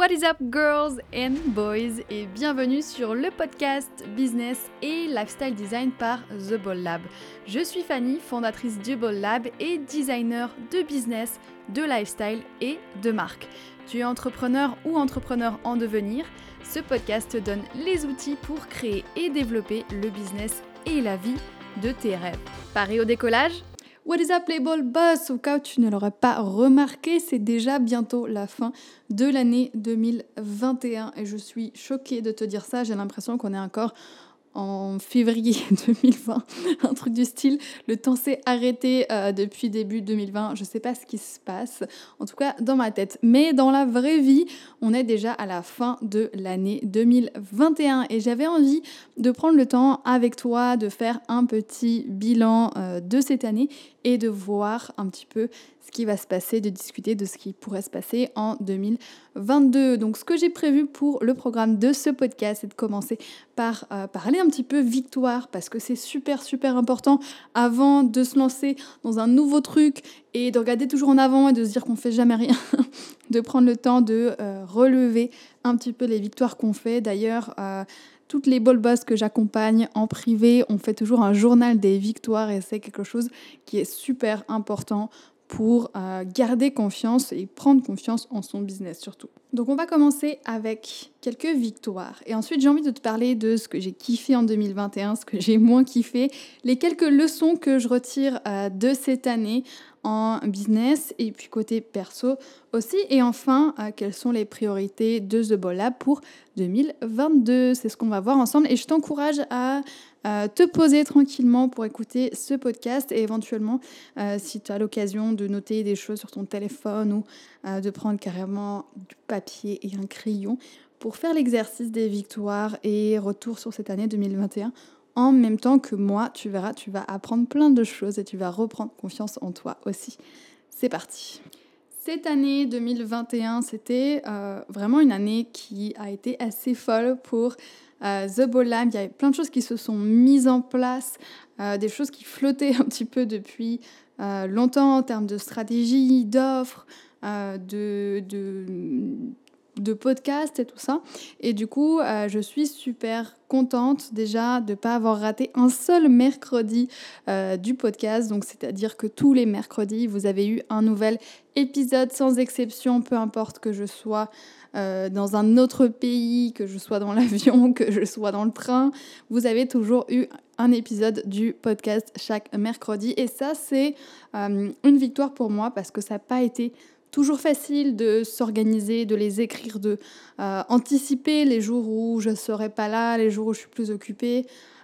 What is up girls and boys et bienvenue sur le podcast Business et Lifestyle Design par The Bold Lab. Je suis Fanny, fondatrice du Bold Lab et designer de business, de lifestyle et de marque. Tu es entrepreneur ou entrepreneur en devenir, ce podcast te donne les outils pour créer et développer le business et la vie de tes rêves. Paré au décollage ? What is up les Bold Boss ? Au cas où tu ne l'aurais pas remarqué, c'est déjà bientôt la fin de l'année 2021 et je suis choquée de te dire ça, j'ai l'impression qu'on est encore en février 2020, un truc du style. Le temps s'est arrêté depuis début 2020, je sais pas ce qui se passe, en tout cas dans ma tête. Mais dans la vraie vie, on est déjà à la fin de l'année 2021 et j'avais envie de prendre le temps avec toi de faire un petit bilan de cette année et de voir un petit peu ce qui va se passer, de discuter de ce qui pourrait se passer en 2022. Donc ce que j'ai prévu pour le programme de ce podcast, c'est de commencer par parler un petit peu victoire, parce que c'est super important avant de se lancer dans un nouveau truc et de regarder toujours en avant et de se dire qu'on fait jamais rien, de prendre le temps de relever un petit peu les victoires qu'on fait. D'ailleurs, toutes les Bold Boss que j'accompagne en privé, on fait toujours un journal des victoires et c'est quelque chose qui est super important pour garder confiance et prendre confiance en son business surtout. Donc on va commencer avec quelques victoires et ensuite j'ai envie de te parler de ce que j'ai kiffé en 2021, ce que j'ai moins kiffé, les quelques leçons que je retire de cette année en business et puis côté perso aussi. Et enfin, quelles sont les priorités de The Bold Lab pour 2022 ? C'est ce qu'on va voir ensemble et je t'encourage à te poser tranquillement pour écouter ce podcast et éventuellement, si tu as l'occasion de noter des choses sur ton téléphone ou de prendre carrément du papier et un crayon pour faire l'exercice des victoires et retour sur cette année 2021. En même temps que moi, tu verras, tu vas apprendre plein de choses et tu vas reprendre confiance en toi aussi. C'est parti. Cette année 2021, c'était vraiment une année qui a été assez folle pour The Bold Lab. Il y avait plein de choses qui se sont mises en place, des choses qui flottaient un petit peu depuis longtemps en termes de stratégie, d'offres, de podcasts et tout ça. Et du coup, je suis super contente déjà de ne pas avoir raté un seul mercredi du podcast. Donc, c'est-à-dire que tous les mercredis, vous avez eu un nouvel épisode sans exception, peu importe que je sois dans un autre pays, que je sois dans l'avion, que je sois dans le train. Vous avez toujours eu un épisode du podcast chaque mercredi. Et ça, c'est une victoire pour moi parce que ça n'a pas été toujours facile de s'organiser, de les écrire, de anticiper les jours où je ne serai pas là, les jours où je suis plus occupée,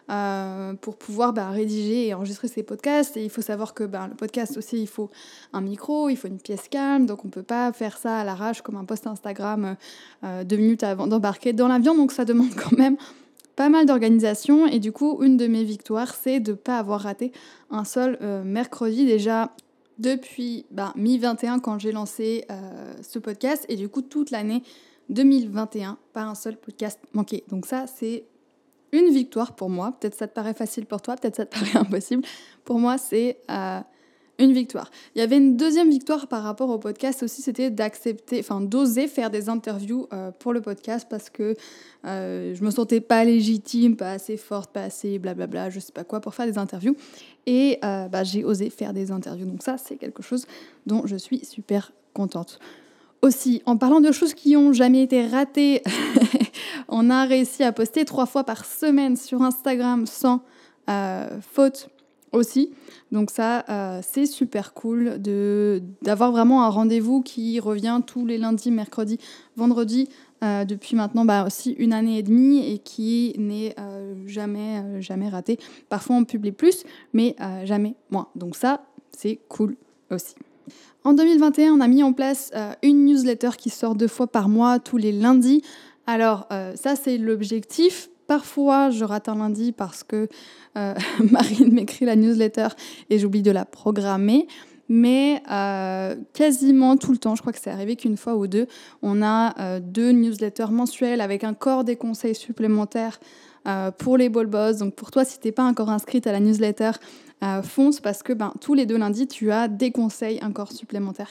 pour pouvoir rédiger et enregistrer ces podcasts. Et il faut savoir que le podcast aussi, il faut un micro, il faut une pièce calme, donc on ne peut pas faire ça à l'arrache comme un post Instagram 2 minutes avant d'embarquer dans l'avion, donc ça demande quand même pas mal d'organisation. Et du coup, une de mes victoires, c'est de ne pas avoir raté un seul mercredi déjà depuis mi-21 quand j'ai lancé ce podcast et du coup toute l'année 2021 pas un seul podcast manqué. Donc ça c'est une victoire pour moi. Peut-être ça te paraît facile pour toi, peut-être ça te paraît impossible. Pour moi c'est une victoire. Il y avait une deuxième victoire par rapport au podcast aussi, c'était d'oser faire des interviews pour le podcast parce que je me sentais pas légitime, pas assez forte, pas assez blablabla, je sais pas quoi pour faire des interviews. Et j'ai osé faire des interviews. Donc ça, c'est quelque chose dont je suis super contente. Aussi, en parlant de choses qui n'ont jamais été ratées, on a réussi à poster 3 fois par semaine sur Instagram sans faute aussi. Donc ça, c'est super cool d'avoir vraiment un rendez-vous qui revient tous les lundis, mercredis, vendredis, depuis maintenant aussi 1 année et demie et qui n'est jamais raté. Parfois on publie plus, mais jamais moins. Donc ça, c'est cool aussi. En 2021, on a mis en place une newsletter qui sort 2 fois par mois, tous les lundis. Alors ça, c'est l'objectif. Parfois, je rate un lundi parce que Marine m'écrit la newsletter et j'oublie de la programmer. Mais quasiment tout le temps, je crois que c'est arrivé qu'une fois ou 2, on a 2 newsletters mensuelles avec encore des conseils supplémentaires pour les Bold Boss. Donc pour toi, si tu n'es pas encore inscrite à la newsletter, fonce parce que tous les 2 lundis, tu as des conseils encore supplémentaires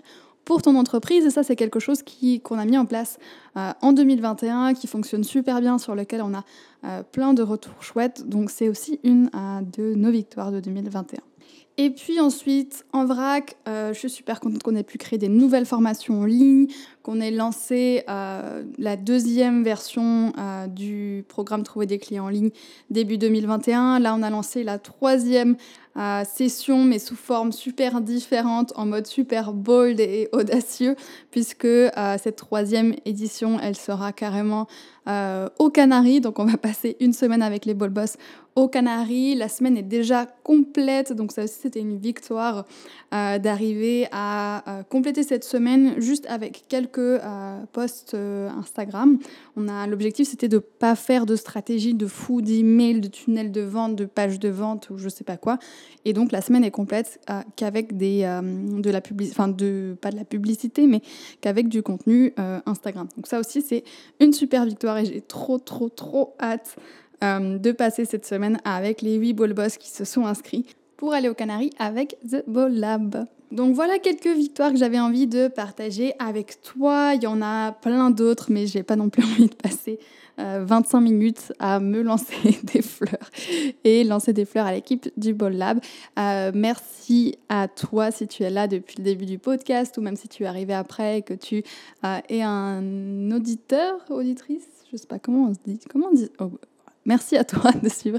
pour ton entreprise. Et ça, c'est quelque chose qu'on a mis en place en 2021, qui fonctionne super bien, sur lequel on a plein de retours chouettes. Donc, c'est aussi une de nos victoires de 2021. Et puis ensuite, en vrac, je suis super contente qu'on ait pu créer des nouvelles formations en ligne, qu'on ait lancé la deuxième version du programme Trouver des clients en ligne début 2021. Là, on a lancé la troisième session, mais sous forme super différente, en mode super bold et audacieux, puisque cette troisième édition, elle sera carrément aux Canaries. Donc, on va passer une semaine avec les Ball Boss aux Canaries. La semaine est déjà complète, donc ça aussi c'était une victoire d'arriver à compléter cette semaine juste avec quelques posts Instagram. L'objectif, c'était de pas faire de stratégie de fou, d'email, de tunnel de vente, de page de vente ou je sais pas quoi. Et donc la semaine est complète qu'avec de la publicité, enfin pas de la publicité, mais qu'avec du contenu Instagram. Donc ça aussi c'est une super victoire et j'ai trop hâte de passer cette semaine avec les 8 Ball Boss qui se sont inscrits pour aller aux Canaries avec The Ball Lab. Donc voilà quelques victoires que j'avais envie de partager avec toi. Il y en a plein d'autres, mais j'ai pas non plus envie de passer 25 minutes à me lancer des fleurs et lancer des fleurs à l'équipe du Ball Lab. Merci à toi si tu es là depuis le début du podcast ou même si tu es arrivé après et que tu es un auditrice, je sais pas comment on se dit, merci à toi de suivre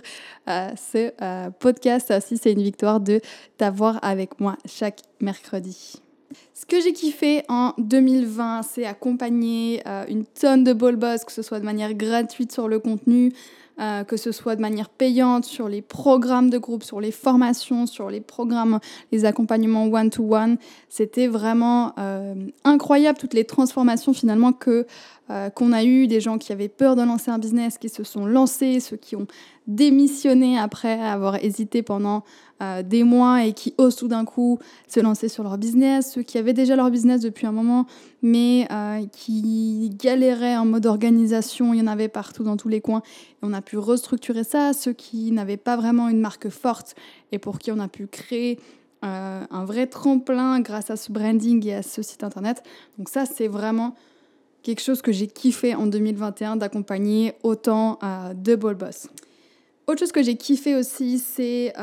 ce podcast. Ça aussi, c'est une victoire de t'avoir avec moi chaque mercredi. Ce que j'ai kiffé en 2020, c'est accompagner une tonne de Ball Boss, que ce soit de manière gratuite sur le contenu, que ce soit de manière payante sur les programmes de groupe, sur les formations, sur les programmes, les accompagnements one-to-one. C'était vraiment incroyable, toutes les transformations finalement qu'on a eues, des gens qui avaient peur de lancer un business, qui se sont lancés, ceux qui ont démissionné après avoir hésité pendant des mois et qui osent tout d'un coup se lancer sur leur business, ceux qui avaient déjà leur business depuis un moment mais qui galéraient en mode organisation, il y en avait partout dans tous les coins et on a pu restructurer ça, ceux qui n'avaient pas vraiment une marque forte et pour qui on a pu créer un vrai tremplin grâce à ce branding et à ce site internet. Donc ça, c'est vraiment quelque chose que j'ai kiffé en 2021 d'accompagner autant de Ball Boss. Autre chose que j'ai kiffé aussi, c'est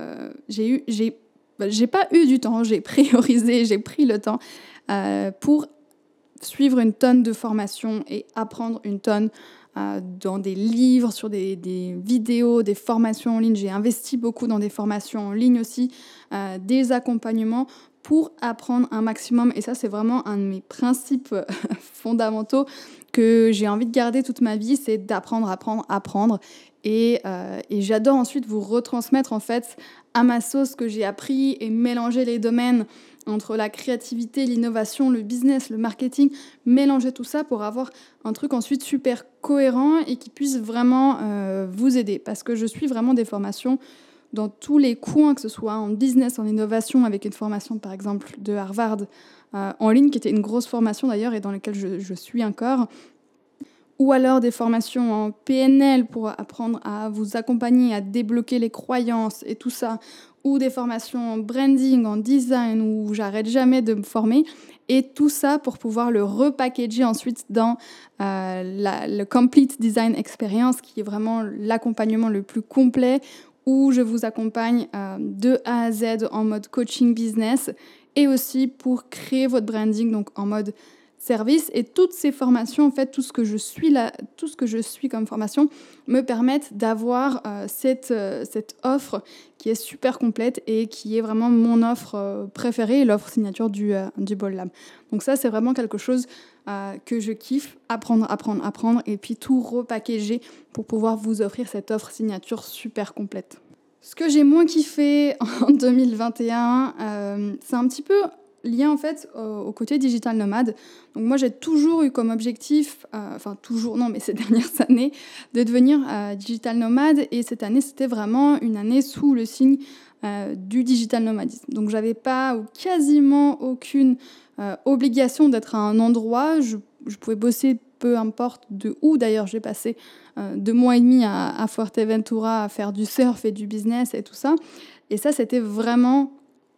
j'ai pas eu du temps, j'ai priorisé, j'ai pris le temps pour suivre une tonne de formations et apprendre une tonne dans des livres, sur des vidéos, des formations en ligne. J'ai investi beaucoup dans des formations en ligne aussi, des accompagnements pour apprendre un maximum. Et ça, c'est vraiment un de mes principes fondamentaux que j'ai envie de garder toute ma vie, c'est d'apprendre, apprendre. Et j'adore ensuite vous retransmettre en fait à ma sauce que j'ai appris et mélanger les domaines entre la créativité, l'innovation, le business, le marketing, mélanger tout ça pour avoir un truc ensuite super cohérent et qui puisse vraiment vous aider. Parce que je suis vraiment des formations dans tous les coins, que ce soit en business, en innovation, avec une formation par exemple de Harvard en ligne, qui était une grosse formation d'ailleurs et dans laquelle je suis encore, ou alors des formations en PNL pour apprendre à vous accompagner, à débloquer les croyances et tout ça, ou des formations en branding, en design, où j'arrête jamais de me former, et tout ça pour pouvoir le repackager ensuite dans le Complete Design Experience, qui est vraiment l'accompagnement le plus complet, où je vous accompagne de A à Z en mode coaching business, et aussi pour créer votre branding, donc en mode service. Et toutes ces formations, en fait, tout ce que je suis comme formation me permettent d'avoir cette offre qui est super complète et qui est vraiment mon offre préférée, l'offre signature du Ball Lab. Donc ça, c'est vraiment quelque chose que je kiffe, apprendre et puis tout repackager pour pouvoir vous offrir cette offre signature super complète. Ce que j'ai moins kiffé en 2021, c'est un petit peu lié en fait au côté digital nomade. Donc moi j'ai toujours eu comme objectif, mais ces dernières années, de devenir digital nomade, et cette année c'était vraiment une année sous le signe du digital nomadisme. Donc j'avais pas ou quasiment aucune obligation d'être à un endroit, je pouvais bosser peu importe de où. D'ailleurs j'ai passé 2 mois et demi à Fuerteventura à faire du surf et du business et tout ça, et ça c'était vraiment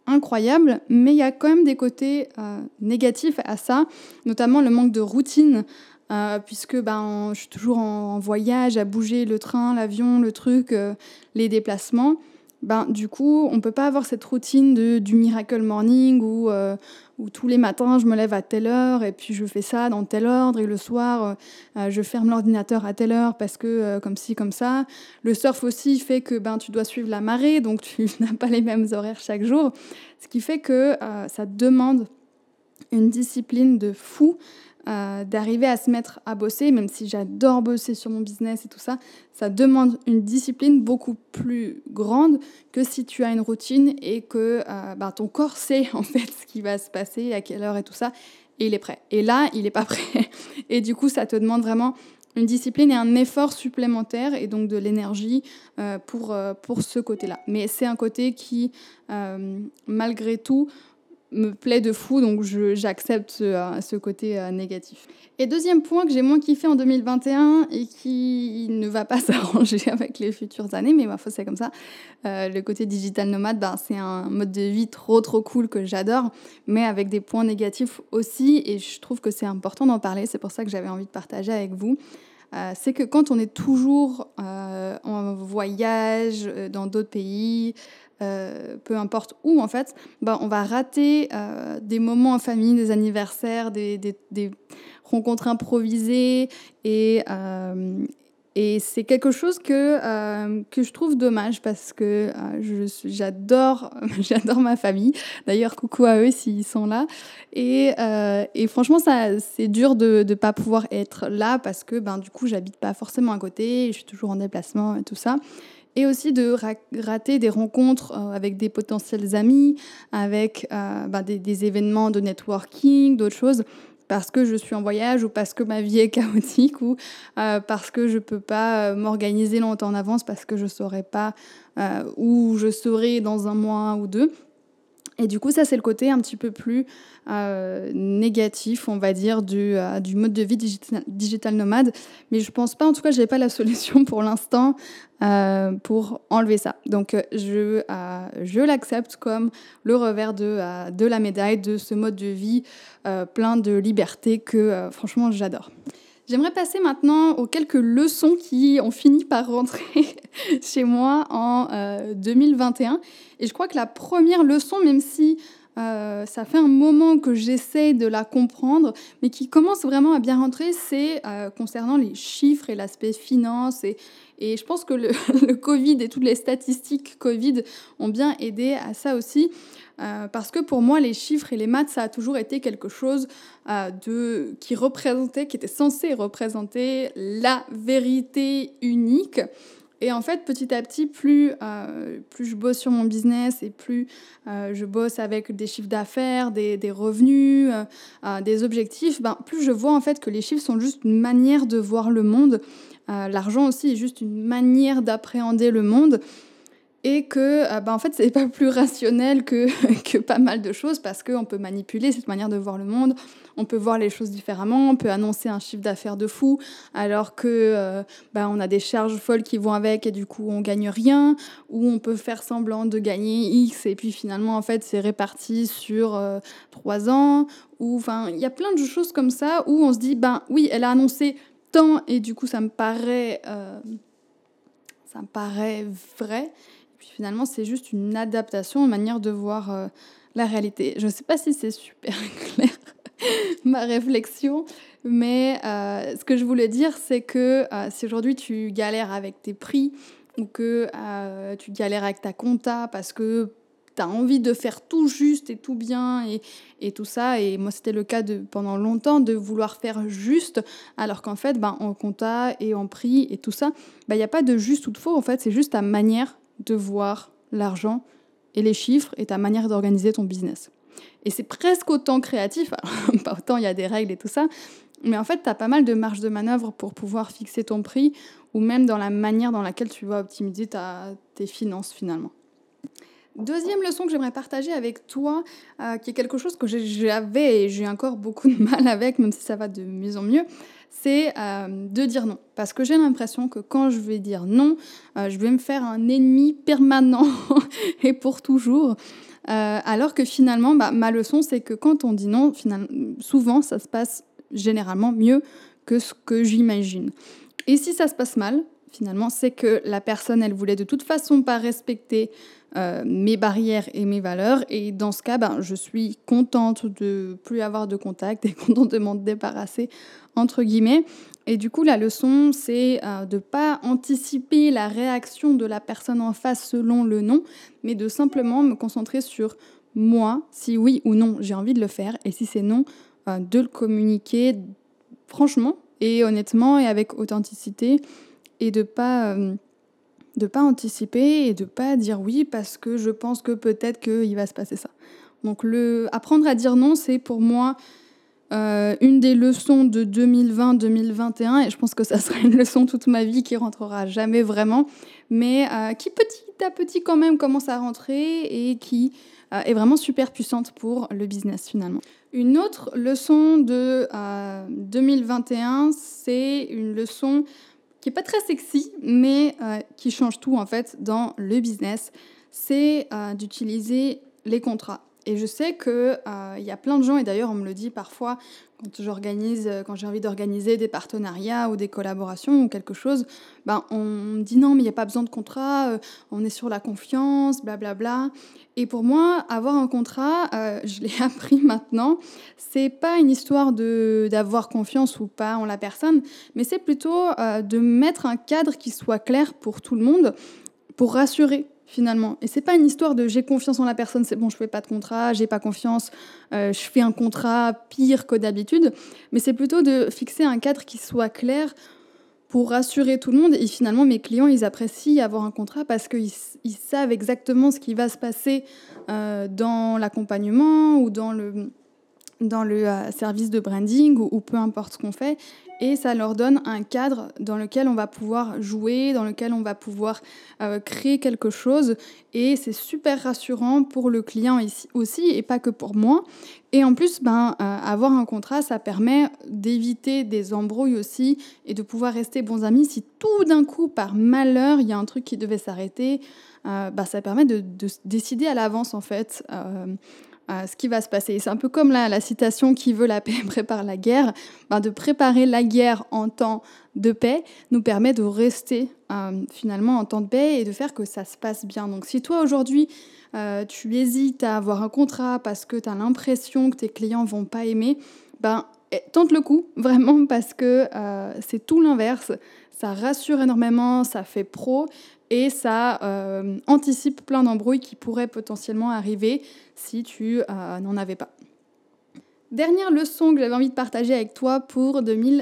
incroyable, mais il y a quand même des côtés négatifs à ça, notamment le manque de routine, puisque je suis toujours en voyage, à bouger le train, l'avion, le truc, les déplacements. Du coup, on ne peut pas avoir cette routine du Miracle Morning où tous les matins, je me lève à telle heure et puis je fais ça dans tel ordre et le soir, je ferme l'ordinateur à telle heure parce que comme ci, comme ça. Le surf aussi fait que tu dois suivre la marée, donc tu n'as pas les mêmes horaires chaque jour. Ce qui fait que ça demande une discipline de fou d'arriver à se mettre à bosser, même si j'adore bosser sur mon business et tout ça, ça demande une discipline beaucoup plus grande que si tu as une routine et que ton corps sait en fait ce qui va se passer, à quelle heure et tout ça, et il est prêt. Et là, il n'est pas prêt. Et du coup, ça te demande vraiment une discipline et un effort supplémentaire et donc de l'énergie pour ce côté-là. Mais c'est un côté qui, malgré tout, me plaît de fou, donc j'accepte ce côté négatif. Et deuxième point que j'ai moins kiffé en 2021 et qui ne va pas s'arranger avec les futures années, mais ma foi c'est comme ça, le côté digital nomade, c'est un mode de vie trop cool que j'adore, mais avec des points négatifs aussi, et je trouve que c'est important d'en parler, c'est pour ça que j'avais envie de partager avec vous. C'est que quand on est toujours en voyage dans d'autres pays, peu importe où en fait, on va rater des moments en famille, des anniversaires, des rencontres improvisées et c'est quelque chose que je trouve dommage parce que j'adore ma famille. D'ailleurs, coucou à eux s'ils sont là. Et franchement, c'est dur de ne pas pouvoir être là parce que du coup, j'habite pas forcément à côté, je suis toujours en déplacement et tout ça. Et aussi de rater des rencontres avec des potentiels amis, avec des événements de networking, d'autres choses, parce que je suis en voyage ou parce que ma vie est chaotique ou parce que je ne peux pas m'organiser longtemps en avance parce que je ne saurais pas où je serai dans un mois ou deux. Et du coup, ça, c'est le côté un petit peu plus négatif, on va dire, du mode de vie digital nomade. Mais je pense pas, en tout cas, je n'ai pas la solution pour l'instant pour enlever ça. Donc, je l'accepte comme le revers de la médaille de ce mode de vie plein de liberté que, franchement, j'adore. J'aimerais passer maintenant aux quelques leçons qui ont fini par rentrer chez moi en 2021. Et je crois que la première leçon, même si ça fait un moment que j'essaie de la comprendre, mais qui commence vraiment à bien rentrer, c'est concernant les chiffres et l'aspect finance. Et je pense que le Covid et toutes les statistiques Covid ont bien aidé à ça aussi. Parce que pour moi, les chiffres et les maths, ça a toujours été quelque chose qui était censé représenter la vérité unique. Et en fait, petit à petit, plus je bosse sur mon business et plus je bosse avec des chiffres d'affaires, des revenus, des objectifs, plus je vois en fait que les chiffres sont juste une manière de voir le monde. L'argent aussi est juste une manière d'appréhender le monde. Et que, en fait, c'est pas plus rationnel que pas mal de choses parce qu'on peut manipuler cette manière de voir le monde, on peut voir les choses différemment, on peut annoncer un chiffre d'affaires de fou alors que on a des charges folles qui vont avec et du coup on gagne rien, ou on peut faire semblant de gagner X et puis finalement en fait c'est réparti sur 3 ans, ou enfin il y a plein de choses comme ça où on se dit oui elle a annoncé tant et du coup ça me paraît vrai. Puis finalement, c'est juste une adaptation, une manière de voir la réalité. Je ne sais pas si c'est super clair, ma réflexion, mais ce que je voulais dire, c'est que si aujourd'hui tu galères avec tes prix ou que tu galères avec ta compta parce que tu as envie de faire tout juste et tout bien et tout ça, et moi c'était le cas pendant longtemps de vouloir faire juste, alors qu'en fait, en compta et en prix et tout ça, il n'y a pas de juste ou de faux, en fait, c'est juste ta manière de voir l'argent et les chiffres et ta manière d'organiser ton business. Et c'est presque autant créatif, alors, pas autant il y a des règles et tout ça, mais en fait tu as pas mal de marge de manœuvre pour pouvoir fixer ton prix ou même dans la manière dans laquelle tu vas optimiser tes finances finalement. Deuxième leçon que j'aimerais partager avec toi, qui est quelque chose que j'avais et j'ai encore beaucoup de mal avec, même si ça va de mieux en mieux, c'est de dire non. Parce que j'ai l'impression que quand je vais dire non, je vais me faire un ennemi permanent et pour toujours. Alors que finalement, ma leçon, c'est que quand on dit non, souvent, ça se passe généralement mieux que ce que j'imagine. Et si ça se passe mal, finalement, c'est que la personne, elle voulait de toute façon pas respecter mes barrières et mes valeurs. Et dans ce cas, je suis contente de plus avoir de contact et contente de m'en débarrasser, entre guillemets. Et du coup, la leçon, c'est de ne pas anticiper la réaction de la personne en face selon le non, mais de simplement me concentrer sur moi, si oui ou non j'ai envie de le faire, et si c'est non, de le communiquer franchement et honnêtement et avec authenticité, et de pas anticiper et de pas dire oui parce que je pense que peut-être qu'il va se passer ça. Donc apprendre à dire non, c'est pour moi une des leçons de 2020-2021, et je pense que ça sera une leçon toute ma vie qui rentrera jamais vraiment, mais qui petit à petit quand même commence à rentrer et qui est vraiment super puissante pour le business finalement. Une autre leçon de 2021, c'est une leçon qui n'est pas très sexy, mais qui change tout en fait dans le business, c'est d'utiliser les contrats. Et je sais qu'il y a plein de gens, et d'ailleurs on me le dit parfois quand j'ai envie d'organiser des partenariats ou des collaborations ou quelque chose, on me dit non mais il n'y a pas besoin de contrat, on est sur la confiance, blablabla. Et pour moi, avoir un contrat, je l'ai appris maintenant, c'est pas une histoire d'avoir confiance ou pas en la personne, mais c'est plutôt de mettre un cadre qui soit clair pour tout le monde, pour rassurer finalement. Et c'est pas une histoire de j'ai confiance en la personne, c'est bon, je fais pas de contrat, j'ai pas confiance, je fais un contrat pire que d'habitude, mais c'est plutôt de fixer un cadre qui soit clair pour rassurer tout le monde. Et finalement, mes clients, ils apprécient avoir un contrat parce qu'ils savent exactement ce qui va se passer dans l'accompagnement ou dans le service de branding ou peu importe ce qu'on fait, et ça leur donne un cadre dans lequel on va pouvoir jouer, dans lequel on va pouvoir créer quelque chose, et c'est super rassurant pour le client ici aussi et pas que pour moi. Et en plus, avoir un contrat, ça permet d'éviter des embrouilles aussi et de pouvoir rester bons amis. Si tout d'un coup, par malheur, il y a un truc qui devait s'arrêter, ça permet de décider à l'avance en fait ce qui va se passer. C'est un peu comme la citation « Qui veut la paix prépare la guerre ». De préparer la guerre en temps de paix nous permet de rester finalement en temps de paix et de faire que ça se passe bien. Donc si toi aujourd'hui tu hésites à avoir un contrat parce que tu as l'impression que tes clients vont pas aimer, tente le coup vraiment, parce que c'est tout l'inverse. Ça rassure énormément, ça fait pro et ça anticipe plein d'embrouilles qui pourraient potentiellement arriver si tu n'en avais pas. Dernière leçon que j'avais envie de partager avec toi pour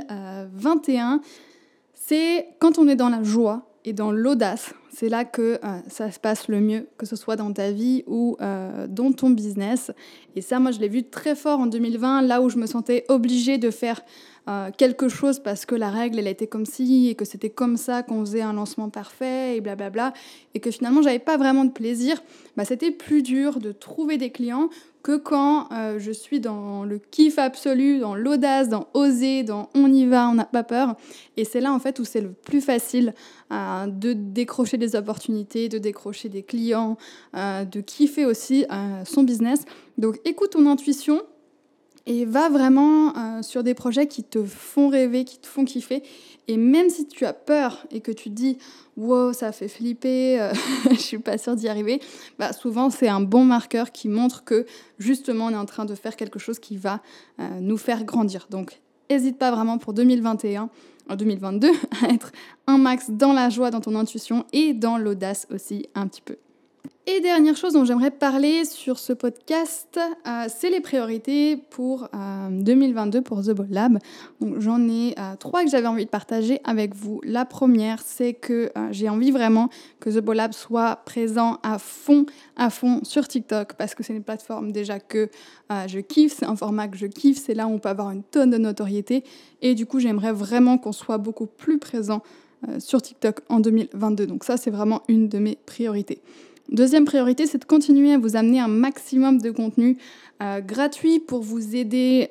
2021, c'est quand on est dans la joie et dans l'audace, c'est là que ça se passe le mieux, que ce soit dans ta vie ou dans ton business. Et ça, moi, je l'ai vu très fort en 2020, là où je me sentais obligée de faire quelque chose parce que la règle, elle était comme ci, et que c'était comme ça qu'on faisait un lancement parfait, et blablabla, et que finalement, j'avais pas vraiment de plaisir. C'était plus dur de trouver des clients que quand je suis dans le kiff absolu, dans l'audace, dans oser, dans on y va, on n'a pas peur. Et c'est là en fait où c'est le plus facile de décrocher des opportunités, de décrocher des clients, de kiffer aussi son business. Donc écoute ton intuition et va vraiment sur des projets qui te font rêver, qui te font kiffer. Et même si tu as peur et que tu te dis « wow, ça fait flipper, je suis pas sûre d'y arriver », souvent c'est un bon marqueur qui montre que justement on est en train de faire quelque chose qui va nous faire grandir. Donc n'hésite pas vraiment pour 2021, en 2022 à être un max dans la joie, dans ton intuition et dans l'audace aussi un petit peu. Et dernière chose dont j'aimerais parler sur ce podcast, c'est les priorités pour 2022 pour The Bold Lab. Donc, j'en ai 3 que j'avais envie de partager avec vous. La première, c'est que j'ai envie vraiment que The Bold Lab soit présent à fond sur TikTok, parce que c'est une plateforme déjà que je kiffe, c'est un format que je kiffe, c'est là où on peut avoir une tonne de notoriété. Et du coup, j'aimerais vraiment qu'on soit beaucoup plus présent sur TikTok en 2022. Donc ça, c'est vraiment une de mes priorités. Deuxième priorité, c'est de continuer à vous amener un maximum de contenu gratuit pour vous aider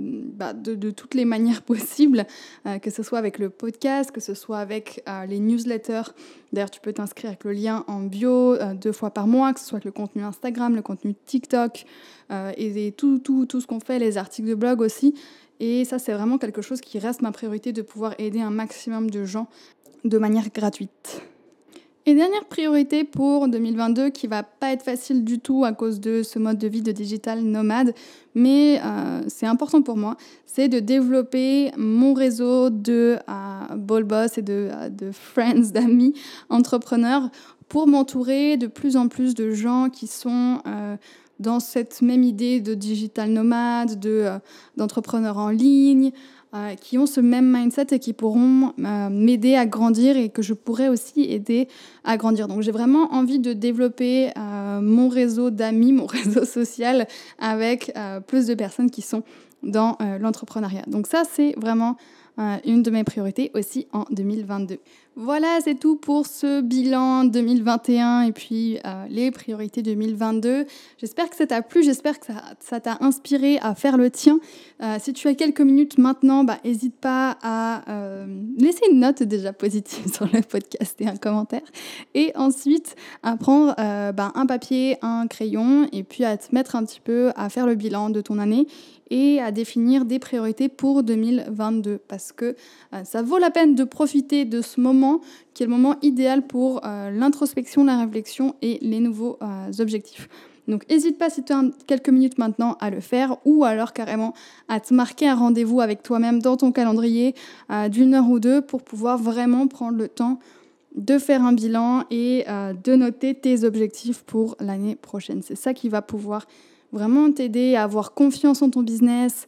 de toutes les manières possibles, que ce soit avec le podcast, que ce soit avec les newsletters. D'ailleurs, tu peux t'inscrire avec le lien en bio 2 fois par mois, que ce soit avec le contenu Instagram, le contenu TikTok et tout ce qu'on fait, les articles de blog aussi. Et ça, c'est vraiment quelque chose qui reste ma priorité, de pouvoir aider un maximum de gens de manière gratuite. Et dernière priorité pour 2022, qui va pas être facile du tout à cause de ce mode de vie de digital nomade, mais c'est important pour moi, c'est de développer mon réseau de ball boss et de friends, d'amis entrepreneurs, pour m'entourer de plus en plus de gens qui sont dans cette même idée de digital nomade, d'entrepreneurs en ligne, qui ont ce même mindset et qui pourront m'aider à grandir et que je pourrais aussi aider à grandir. Donc j'ai vraiment envie de développer mon réseau d'amis, mon réseau social avec plus de personnes qui sont dans l'entrepreneuriat. Donc ça, c'est vraiment une de mes priorités aussi en 2022. Voilà, c'est tout pour ce bilan 2021 et puis les priorités 2022. J'espère que ça t'a plu, j'espère que ça t'a inspiré à faire le tien. Si tu as quelques minutes maintenant, n'hésite pas à laisser une note déjà positive sur le podcast et un commentaire. Et ensuite, à prendre un papier, un crayon et puis à te mettre un petit peu à faire le bilan de ton année et à définir des priorités pour 2022, parce que ça vaut la peine de profiter de ce moment qui est le moment idéal pour l'introspection, la réflexion et les nouveaux objectifs. Donc n'hésite pas, si tu as quelques minutes maintenant, à le faire, ou alors carrément à te marquer un rendez-vous avec toi-même dans ton calendrier d'1 heure ou 2 pour pouvoir vraiment prendre le temps de faire un bilan et de noter tes objectifs pour l'année prochaine. C'est ça qui va pouvoir vraiment t'aider à avoir confiance en ton business,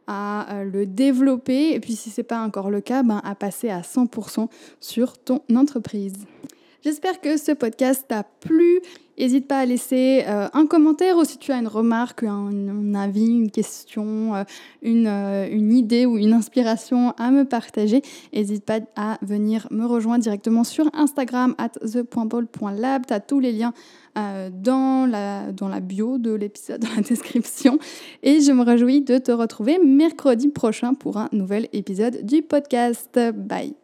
à le développer, et puis si ce n'est pas encore le cas, à passer à 100% sur ton entreprise. J'espère que ce podcast t'a plu. N'hésite pas à laisser un commentaire, ou si tu as une remarque, un avis, une question, une idée ou une inspiration à me partager. N'hésite pas à venir me rejoindre directement sur Instagram @the.ball.lab. Tu as tous les liens dans la bio de l'épisode, dans la description. Et je me réjouis de te retrouver mercredi prochain pour un nouvel épisode du podcast. Bye!